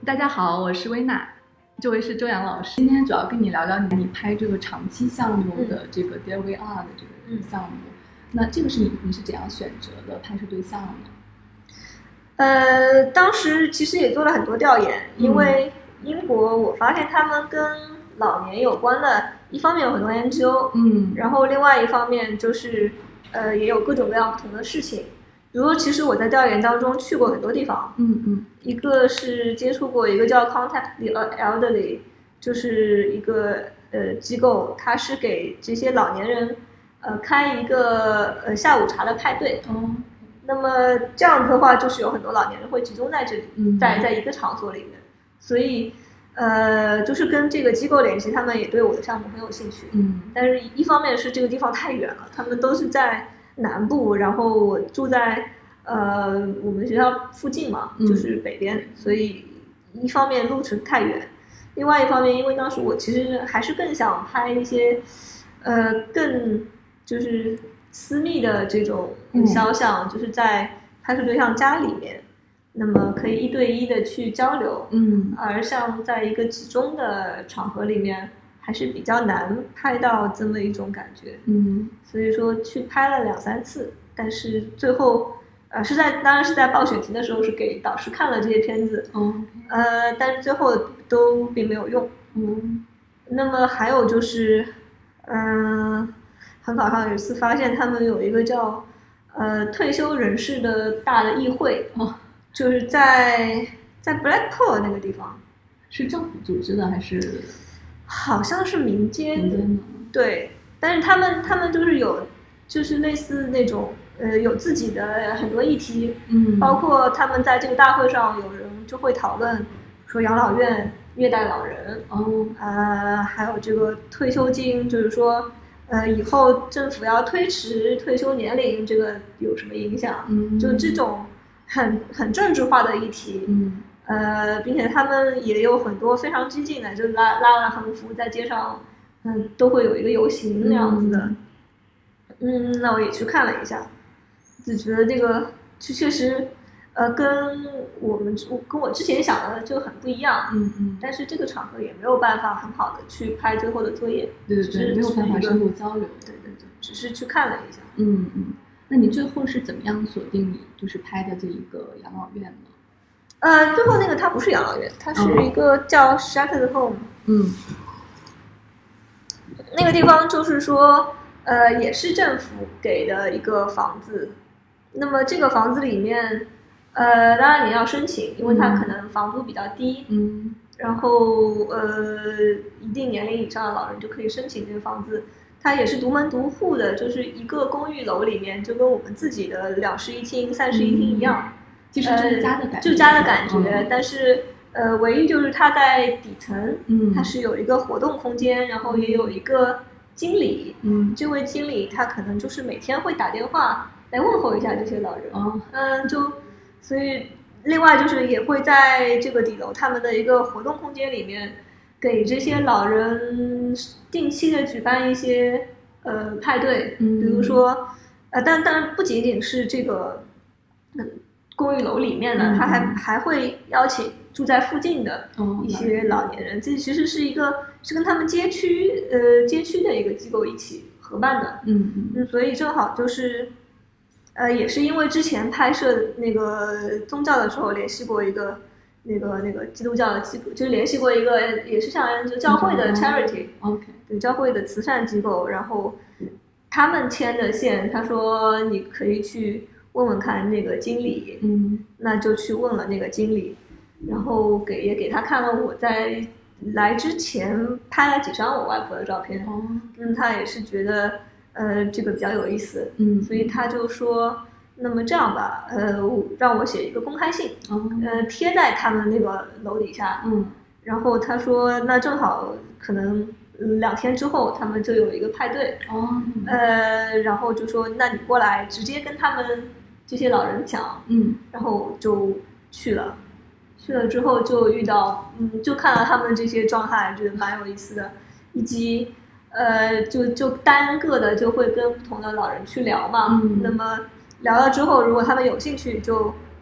大家好，我是薇娜，这位是周洋老师。今天主要跟你聊聊你拍这个长期项目的这个 There We Are 的这个项目。那这个是你是怎样选择的拍摄对象呢？ 当时其实也做了很多调研，因为英国我发现他们跟老年有关的，一方面有很多 NGO，然后另外一方面就是也有各种各样不同的事情。比如说，其实我在调研当中去过很多地方，一个是接触过一个叫 Contact the Elderly， 就是一个机构，它是给这些老年人开一个下午茶的派对。那么这样子的话，就是有很多老年人会集中在这里，在一个场所里面，所以就是跟这个机构联系，他们也对我的项目很有兴趣。但是一方面是这个地方太远了，他们都是在南部，然后我住在我们学校附近嘛，就是北边，所以一方面路程太远，另外一方面因为当时我其实还是更想拍一些更就是私密的这种肖像，就是在拍摄对象家里面，那么可以一对一的去交流，而像在一个集中的场合里面还是比较难拍到这么一种感觉，所以说去拍了2-3次，但是最后当然是在报选题的时候是给导师看了这些片子，但是最后都并没有用。那么还有就是很搞笑，有一次发现他们有一个叫退休人士的大的议会，就是在 Blackpool 那个地方。 是政府组织的还是？ 好像是民间的，对，但是他们就是类似那种有自己的很多议题，包括他们在这个大会上有人就会讨论说养老院虐待老人，还有这个退休金，就是说以后政府要推迟退休年龄，这个有什么影响？就这种很政治化的议题，并且他们也有很多非常激进的，就拉了横幅在街上，都会有一个游行那样子的。那我也去看了一下，就觉得这个确实，跟我之前想的就很不一样。但是这个场合也没有办法很好的去拍最后的作业， 对，没有办法深入交流。 对，只是去看了一下。 那你最后是怎么样锁定你就是拍的这一个养老院呢？ 最后那个它不是养老院，它是一个叫 Sheltered Home。那个地方就是说，也是政府给的一个房子。那么这个房子里面，当然你要申请，因为它可能房租比较低。然后一定年龄以上的老人就可以申请这个房子。它也是独门独户的，就是一个公寓楼里面，就跟我们自己的2室1厅、3室1厅一样。 其实就是家的感觉， 就家的感觉，但是唯一就是它在底层，它是有一个活动空间，然后也有一个经理，这位经理他可能就是每天会打电话来问候一下这些老人，所以另外就是也会在这个底楼他们的一个活动空间里面，给这些老人定期的举办一些派对，比如说但不仅仅是这个公寓楼里面的，他还会邀请住在附近的一些老年人，这其实是跟他们街区的一个机构一起合办的，所以正好就是也是因为之前拍摄那个宗教的时候联系过一个那个基督教的机构，就是联系过一个也是像教会的 charity， 对，教会的慈善机构，然后他们牵的线，他说你可以去问问看那个经理，那就去问了那个经理，然后也给他看了我在来之前拍了几张我外婆的照片，他也是觉得这个比较有意思，所以他就说，那么这样吧，让我写一个公开信，贴在他们那个楼底下，然后他说那正好可能2天之后他们就有一个派对，然后就说那你过来直接跟他们这些老人讲，然后就去了之后就遇到，就看到他们这些状态，觉得蛮有意思的，以及就单个的就会跟不同的老人去聊嘛，那么聊了之后，如果他们有兴趣，就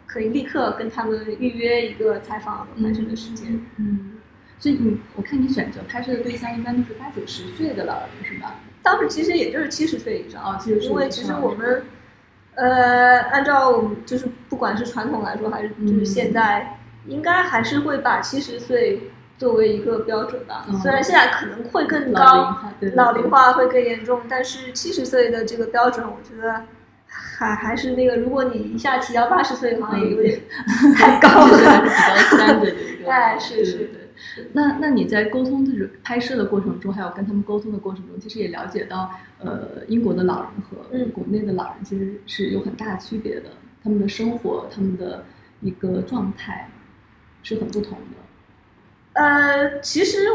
可以立刻跟他们预约一个采访和拍摄的时间。 所以我看你选择拍摄的对象一般都是80、90岁的老人，是吧？ 当时其实也就是70岁以上，因为其实我们按照我们就是不管是传统来说，还是就是现在，应该还是会把70岁作为一个标准吧。虽然现在可能会更高，老龄化会更严重，但是70岁的这个标准，我觉得还是那个，如果你一下提到80岁，好像也有点太高了， 比较standard的一个。 哎，是。 那你在沟通就是拍摄的过程中，还有跟他们沟通的过程中，其实也了解到，英国的老人和国内的老人其实是有很大的区别的，他们的生活，他们的一个状态是很不同的。 其实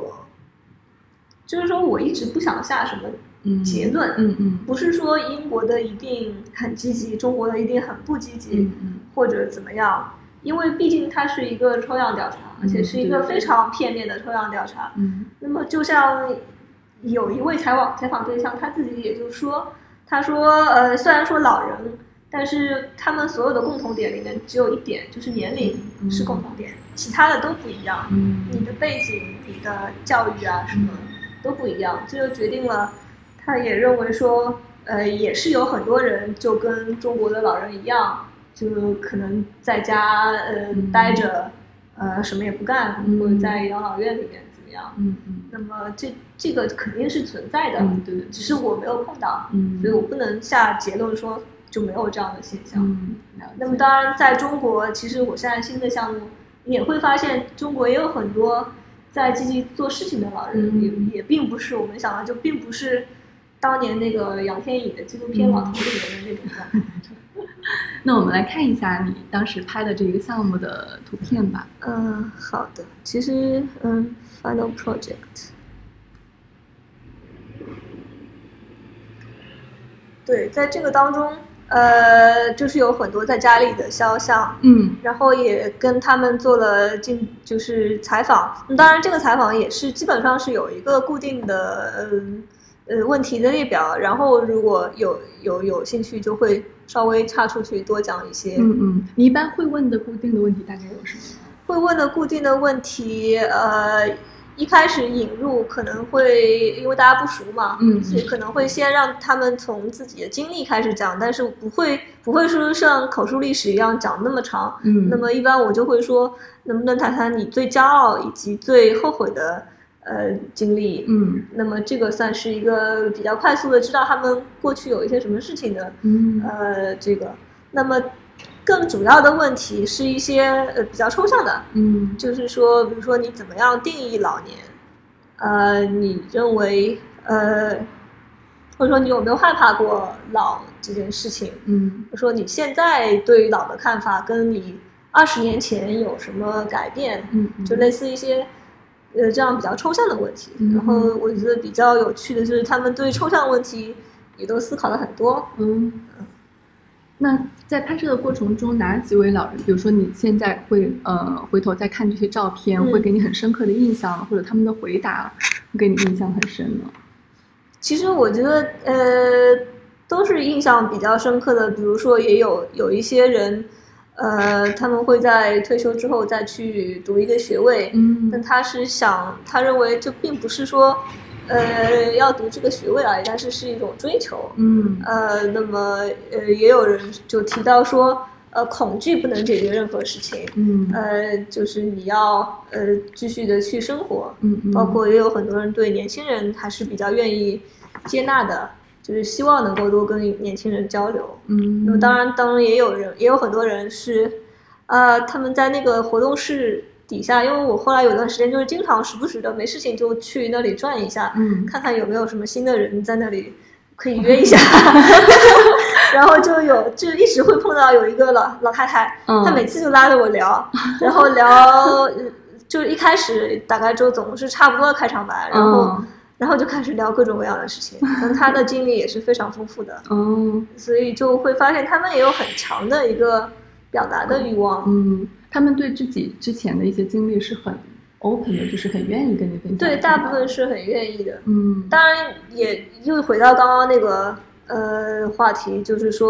就是说我一直不想下什么结论，不是说英国的一定很积极，中国的一定很不积极，或者怎么样。因为毕竟它是一个抽样调查，而且是一个非常片面的抽样调查。那么就像有一位采访对象，他自己也就说，他说，虽然说老人，但是他们所有的共同点里面只有一点，就是年龄是共同点，其他的都不一样。你的背景、你的教育啊什么都不一样，这就决定了，他也认为说，也是有很多人就跟中国的老人一样。就可能在家待着，什么也不干，或者在养老院里面怎么样？那么这个肯定是存在的， 对， 只是我没有碰到，所以我不能下结论说就没有这样的现象。那么当然，在中国，其实我现在新的项目也会发现，中国也有很多在积极做事情的老人，也并不是我们想的，就并不是当年那个杨天乙的纪录片《老头》里面的那种状态。 那我们来看一下你当时拍的这个项目的图片吧。 好的。其实Final Project， 对，在这个当中，就是有很多在家里的肖像，然后也跟他们做了就是采访。当然，这个采访也是基本上是有一个固定的问题的列表，然后如果有兴趣就会稍微岔出去多讲一些。 你一般会问的固定的问题大概有什么？ 会问的固定的问题，一开始引入可能会因为大家不熟嘛，所以可能会先让他们从自己的经历开始讲，但是不会说像口述历史一样讲那么长。那么一般我就会说，能不能谈谈你最骄傲以及最后悔的经历。那么这个算是一个比较快速的知道他们过去有一些什么事情的。这个，那么更主要的问题是一些比较抽象的。就是说，比如说你怎么样定义老年？你认为或者说你有没有害怕过老这件事情？或者说你现在对于老的看法跟你20年前有什么改变？就类似一些这样比较抽象的问题。然后我觉得比较有趣的就是他们对抽象问题也都思考了很多。 那在拍摄的过程中，哪几位老人，比如说你现在会回头再看这些照片，会给你很深刻的印象，或者他们的回答会给你印象很深呢？ 其实我觉得都是印象比较深刻的。比如说也有一些人他们会在退休之后再去读一个学位。但他认为这并不是说要读这个学位而已，但是一种追求。那么也有人就提到说，恐惧不能解决任何事情。就是你要继续的去生活。包括也有很多人对年轻人还是比较愿意接纳的，就是希望能够多跟年轻人交流。那么当然也有很多人是他们在那个活动室底下，因为我后来有段时间就是经常时不时的没事情就去那里转一下，看看有没有什么新的人在那里可以约一下。然后就一直会碰到有一个老太太，她每次就拉着我聊，然后聊就一开始大概就总是差不多的开场白，然后就开始聊各种各样的事情。她的经历也是非常丰富的。所以就会发现他们也有很强的一个表达的欲望。 他们对自己之前的一些经历是很 open 的，就是很愿意跟你分享。 对，大部分是很愿意的。当然也又回到刚刚那个话题，就是说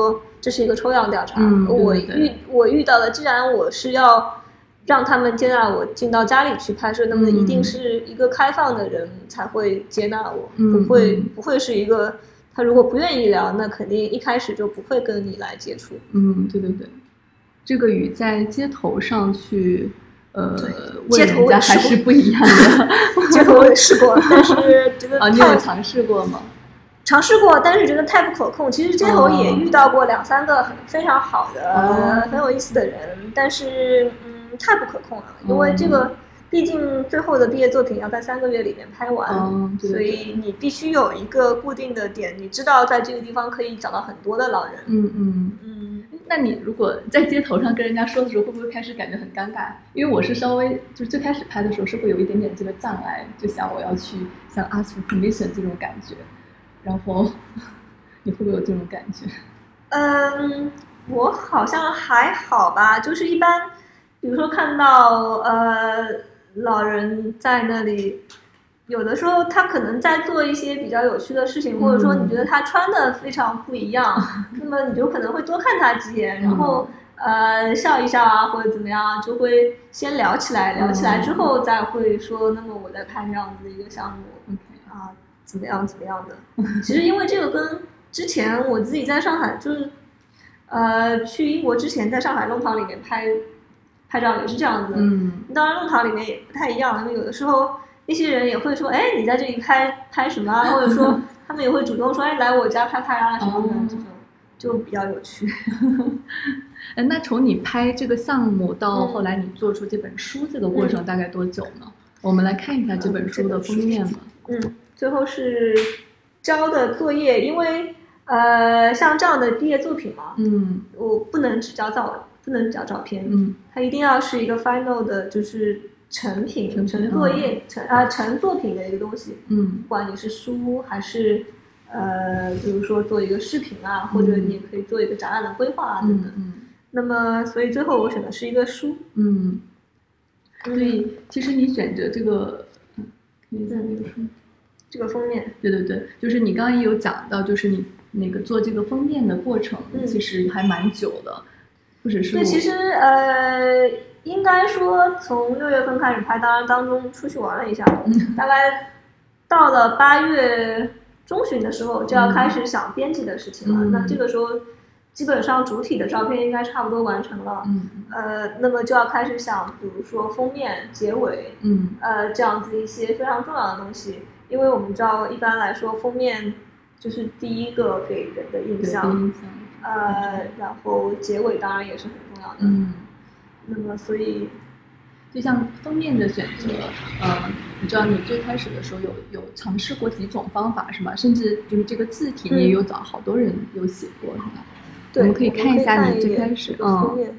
这是一个抽样调查。 对我遇到的，既然我是要让他们接纳我进到家里去拍摄，那么一定是一个开放的人才会接纳我，不会是一个他如果不愿意聊，那肯定一开始就不会跟你来接触。 对，这个与在街头上去街头还是不一样的。 街头我也试过，但是觉得你有尝试过吗？ 尝试过，但是觉得太不可控。其实街头也遇到过2-3个非常好的、很有意思的人，但是太不可控了，因为这个毕竟最后的毕业作品要在3个月里面拍完， 对， 所以你必须有一个固定的点，你知道在这个地方可以找到很多的老人。 那你如果在街头上跟人家说的时候，会不会开始感觉很尴尬？因为我是稍微就是最开始拍的时候是会有一点点这个障碍，就想我要去像 ask for permission 这种感觉。然后你会不会有这种感觉？ 我好像还好吧，就是一般，比如说看到老人在那里，有的时候他可能在做一些比较有趣的事情，或者说你觉得他穿的非常不一样，那么你就可能会多看他几眼，然后笑一笑啊，或者怎么样，就会先聊起来，聊起来之后再会说，那么我在看这样子的一个项目，怎么样的。其实因为这个跟之前我自己在上海，就是去英国之前在上海弄堂里面拍照也是这样子的。当然弄堂里面也不太一样，因为有的时候那些人也会说，哎，你在这里拍什么啊？或者说他们也会主动说，哎，来我家拍拍啊什么的，这种就比较有趣。 那从你拍这个项目到后来你做出这本书，这个过程大概多久呢？我们来看一下这本书的封面吧。 最后是交的作业，因为像这样的毕业作品嘛，我不能只交照片，它一定要是一个 final 的，就是成品、成作业、成作品的一个东西。不管你是书还是比如说做一个视频啊，或者你也可以做一个展览的规划啊等等。那么，所以最后我选的是一个书。 所以其实你选择这个，可以在那个书。 这个封面， 对，就是你刚刚也有讲到，就是你那个做这个封面的过程，其实还蛮久的，或者是对，其实应该说从6月份开始拍，当然当中出去玩了一下，大概到了8月中旬的时候就要开始想编辑的事情了。那这个时候基本上主体的照片应该差不多完成了，那么就要开始想，比如说封面、结尾，这样子一些非常重要的东西。因为我们知道，一般来说，封面就是第一个给人的印象，然后结尾当然也是很重要的。那么所以， 就像封面的选择，你知道你最开始的时候有尝试过几种方法是吗？甚至就是这个字体你也有找好多人有写过是吧？ 对， 我们可以看一下你最开始封面。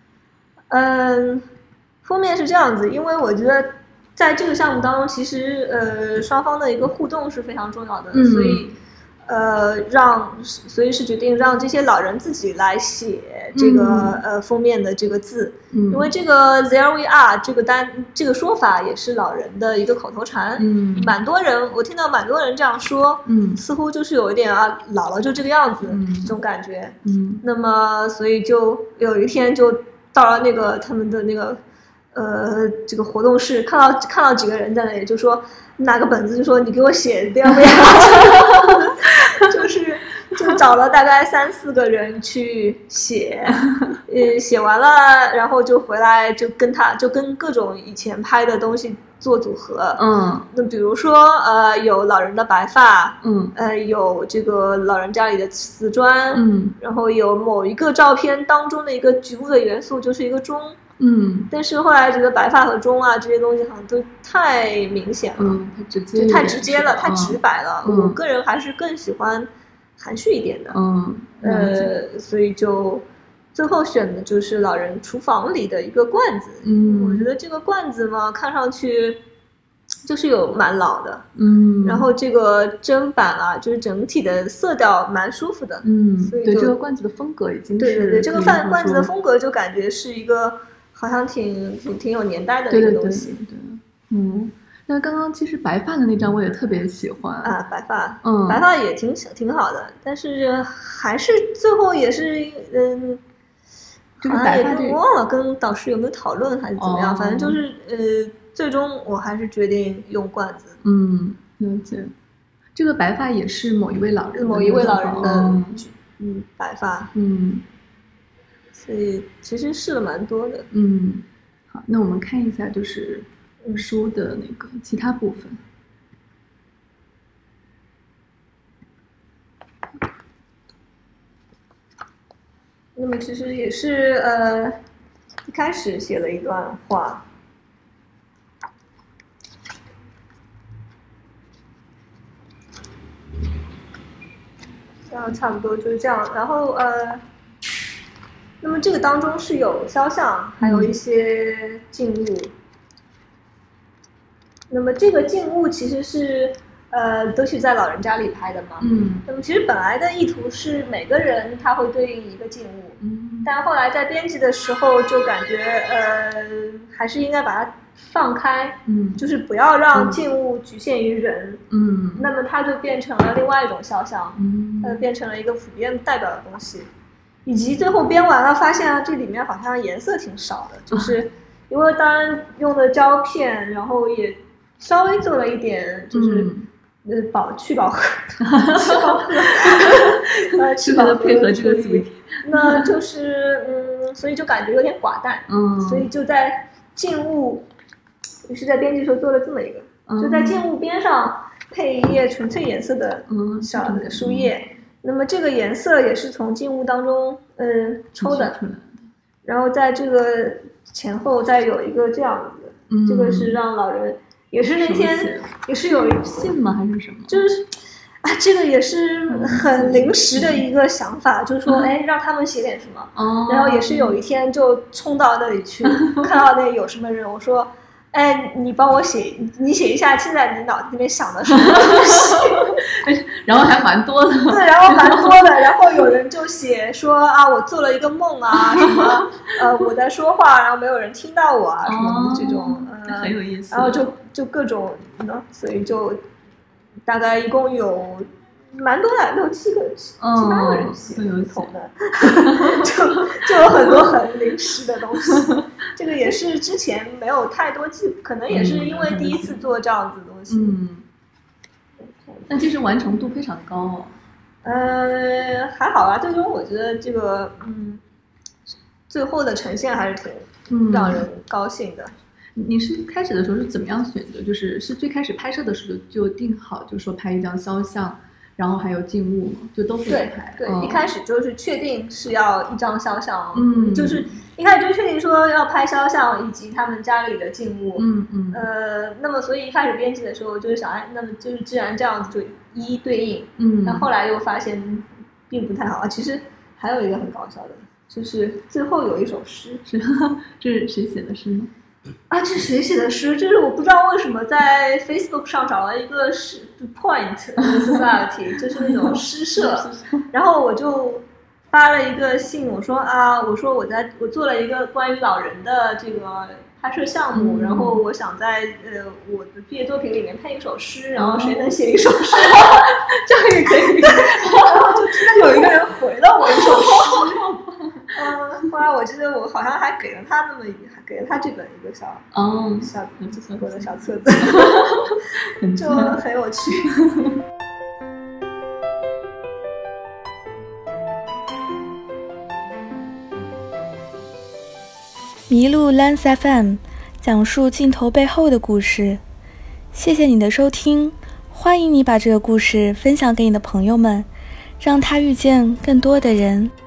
封面是这样子，因为我觉得。在这个项目当中，其实双方的一个互动是非常重要的，所以所以是决定让这些老人自己来写这个封面的这个字，因为这个 There we are 这个说法也是老人的一个口头禅，蛮多人我听到蛮多人这样说，似乎就是有一点老了就这个样子，这种感觉，那么所以就有一天就到了那个他们的那个。这个活动室看到几个人在那里，就说拿个本子就说你给我写第2个就找了大概3-4个人去写，写完了，然后就回来就跟各种以前拍的东西做组合。那比如说有老人的白发，有这个老人家里的瓷砖，然后有某一个照片当中的一个局部的元素就是一个钟。但是后来觉得白发和钟啊这些东西好像都太明显了，太直接了，太直白了。我个人还是更喜欢含蓄一点的，所以就最后选的就是老人厨房里的一个罐子。我觉得这个罐子嘛，看上去就是有蛮老的，然后这个砧板啊，就是整体的色调蛮舒服的，所以对这个罐子的风格已经是对，这个罐子的风格就感觉是一个。好像挺有年代的一个东西， 对， 那刚刚其实白发的那张我也特别喜欢啊，白发，白发也挺好的，但是还是最后也是就是白发也忘了跟导师有没有讨论还是怎么样，反正就是最终我还是决定用罐子。 了解。这个白发也是某一位老人的白发，所以其实试了蛮多的。 好，那我们看一下就是书的那个其他部分。 那么其实也是一开始写了一段话，然后差不多就是这样。然后那么这个当中是有肖像，还有一些静物。那么这个静物其实是都是在老人家里拍的嘛。那么其实本来的意图是每个人他会对应一个静物，但后来在编辑的时候就感觉还是应该把它放开，就是不要让静物局限于人，那么它就变成了另外一种肖像，变成了一个普遍代表的东西。以及最后编完了发现这里面好像颜色挺少的，就是因为当然用的胶片，然后也稍微做了一点就是去饱和配合这个主题， 那就是所以就感觉有点寡淡，所以就在静物，于是在编辑时候做了这么一个，就在静物边上配一页纯粹颜色的小的书页。那么这个颜色也是从静物当中抽的，然后在这个前后再有一个这样子的，这个是让老人，也是那天也是有信吗还是什么？ 就是这个也是很临时的一个想法，就是说让他们写点什么，然后也是有一天就冲到那里去，看到那有什么人，我说你帮我写，你写一下现在你脑子里面想的什么东西然后还蛮多的。 对，然后蛮多的，然后有人就写说我做了一个梦什么我在说话，然后没有人听到我什么这种很有意思。 然后就各种所以就大概一共有蛮多的，6、7个、7、8个人写不同的，就有很多很临时的东西。这个也是之前没有太多可能也是因为第一次做这样子的东西。 但其实完成度非常高还好吧。最终我觉得这个最后的呈现还是挺让人高兴的。 你是开始的时候是怎么样选择？就是最开始拍摄的时候就定好，就说拍一张肖像，然后还有静物嘛，就都可以拍。 对，一开始就是确定是要一张肖像，就是一开始就确定说要拍肖像以及他们家里的静物，那么所以一开始编辑的时候就是想，那么就是既然这样子就一一对应，那后来又发现并不太好。其实还有一个很搞笑的，就是最后有一首诗， 这是谁写的诗呢？ 这是谁写的诗？这是我不知道为什么在 Facebook 上找了一个诗 Point Society， 就是那种诗社，然后我就发了一个信，我说我做了一个关于老人的这个拍摄项目，然后我想在我的毕业作品里面配一首诗，然后谁能写一首诗， 这样也可以。 然后就真的有一个人回了我一首诗。后来我记得我好像还给了他这本一个小我的小册子，就很有趣。 麋鹿 Lens FM 讲述镜头背后的故事。谢谢你的收听，欢迎你把这个故事分享给你的朋友们，让他遇见更多的人。